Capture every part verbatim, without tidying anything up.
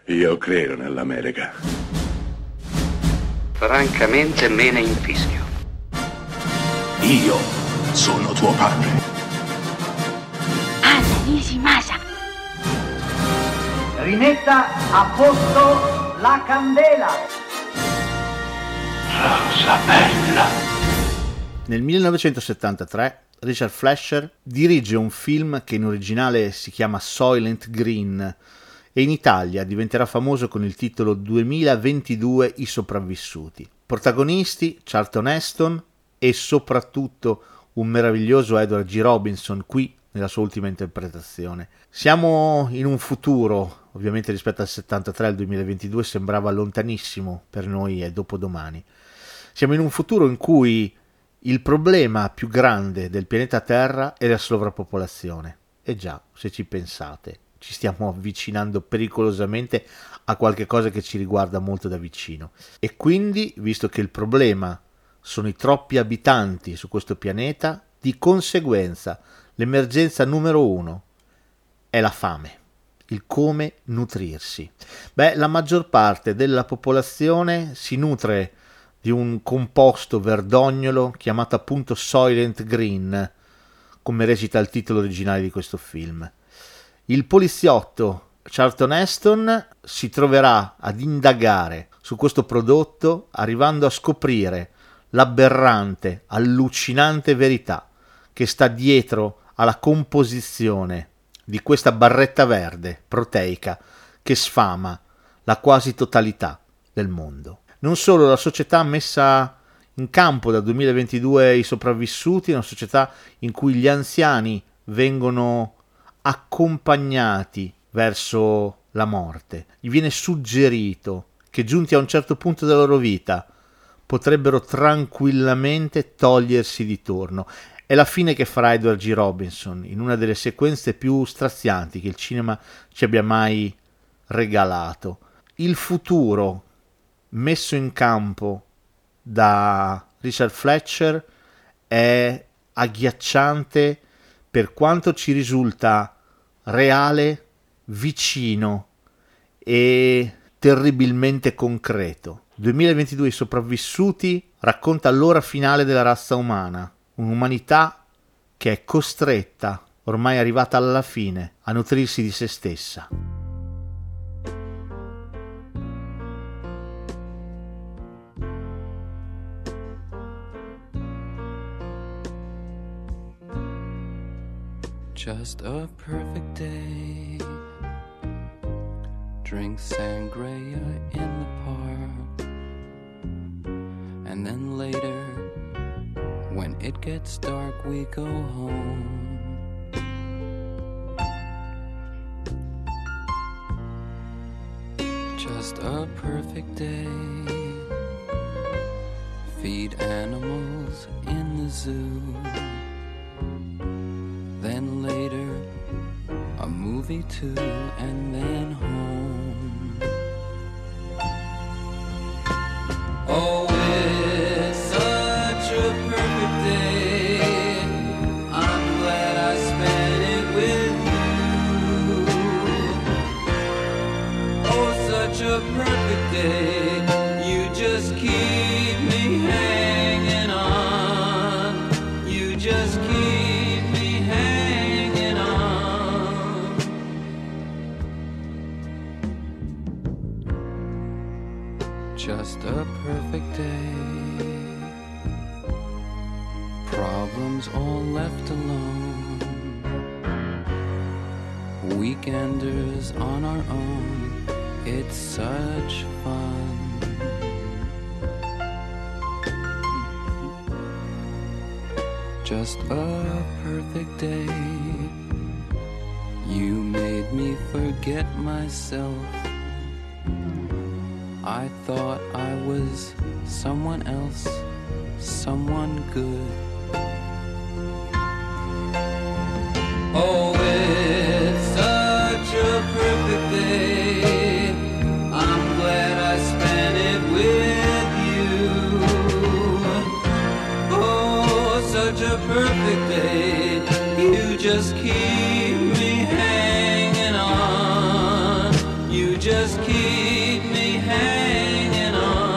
Io credo nell'America. Francamente me ne infischio. Io sono tuo padre. Anna Nishimasa. Rimetta a posto la candela. Rosa bella. Nel millenovecentosettantatré Richard Fleischer dirige un film che in originale si chiama Soylent Green e in Italia diventerà famoso con il titolo duemilaventidue I sopravvissuti. Protagonisti Charlton Heston e soprattutto un meraviglioso Edward G. Robinson qui nella sua ultima interpretazione. Siamo in un futuro, ovviamente rispetto al settantatré al duemilaventidue sembrava lontanissimo, per noi è dopodomani. Siamo in un futuro in cui il problema più grande del pianeta Terra è la sovrappopolazione. E già, se ci pensate, ci stiamo avvicinando pericolosamente a qualche cosa che ci riguarda molto da vicino. E quindi, visto che il problema sono i troppi abitanti su questo pianeta, di conseguenza l'emergenza numero uno è la fame, il come nutrirsi. Beh, la maggior parte della popolazione si nutre di un composto verdognolo chiamato appunto Soylent Green, come recita il titolo originale di questo film. Il poliziotto Charlton Heston si troverà ad indagare su questo prodotto, arrivando a scoprire l'aberrante, allucinante verità che sta dietro alla composizione di questa barretta verde proteica che sfama la quasi totalità del mondo. Non solo, la società messa in campo dal duemilaventidue I sopravvissuti è una società in cui gli anziani vengono accompagnati verso la morte. Gli viene suggerito che giunti a un certo punto della loro vita potrebbero tranquillamente togliersi di torno. È la fine che farà Edward G. Robinson in una delle sequenze più strazianti che il cinema ci abbia mai regalato. Il futuro messo in campo da Richard Fleischer è agghiacciante per quanto ci risulta reale, vicino e terribilmente concreto. duemilaventidue I sopravvissuti racconta l'ora finale della razza umana, un'umanità che è costretta, ormai arrivata alla fine, a nutrirsi di se stessa. Just a perfect day. Drink sangria in the park. And then later, when it gets dark, we go home. Just a perfect day. Feed animals in the zoo. Then later, a movie too, and then home. Oh, it's such a perfect day. I'm glad I spent it with you. Oh, such a perfect day. You just keep me hanging on. You just keep me hanging on. Just a perfect day. Problems all left alone. Weekenders on our own. It's such fun. Just a perfect day. You made me forget myself. I thought I was someone else, someone good. Oh, it's such a perfect day. I'm glad I spent it with you. Oh, such a perfect day. You just keep me hanging on. You just just keep me hanging on.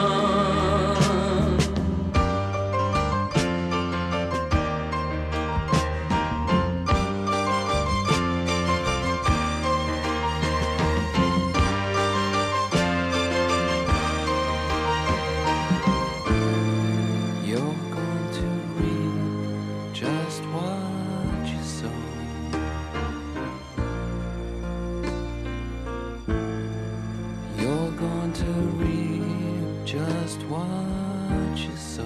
You're going to reap just what you sow. You're going to reap just what you sow.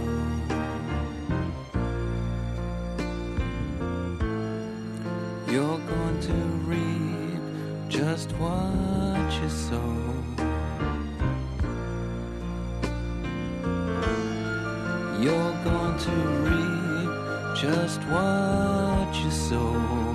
You're going to reap just what you sow. You're going to reap just what you sow.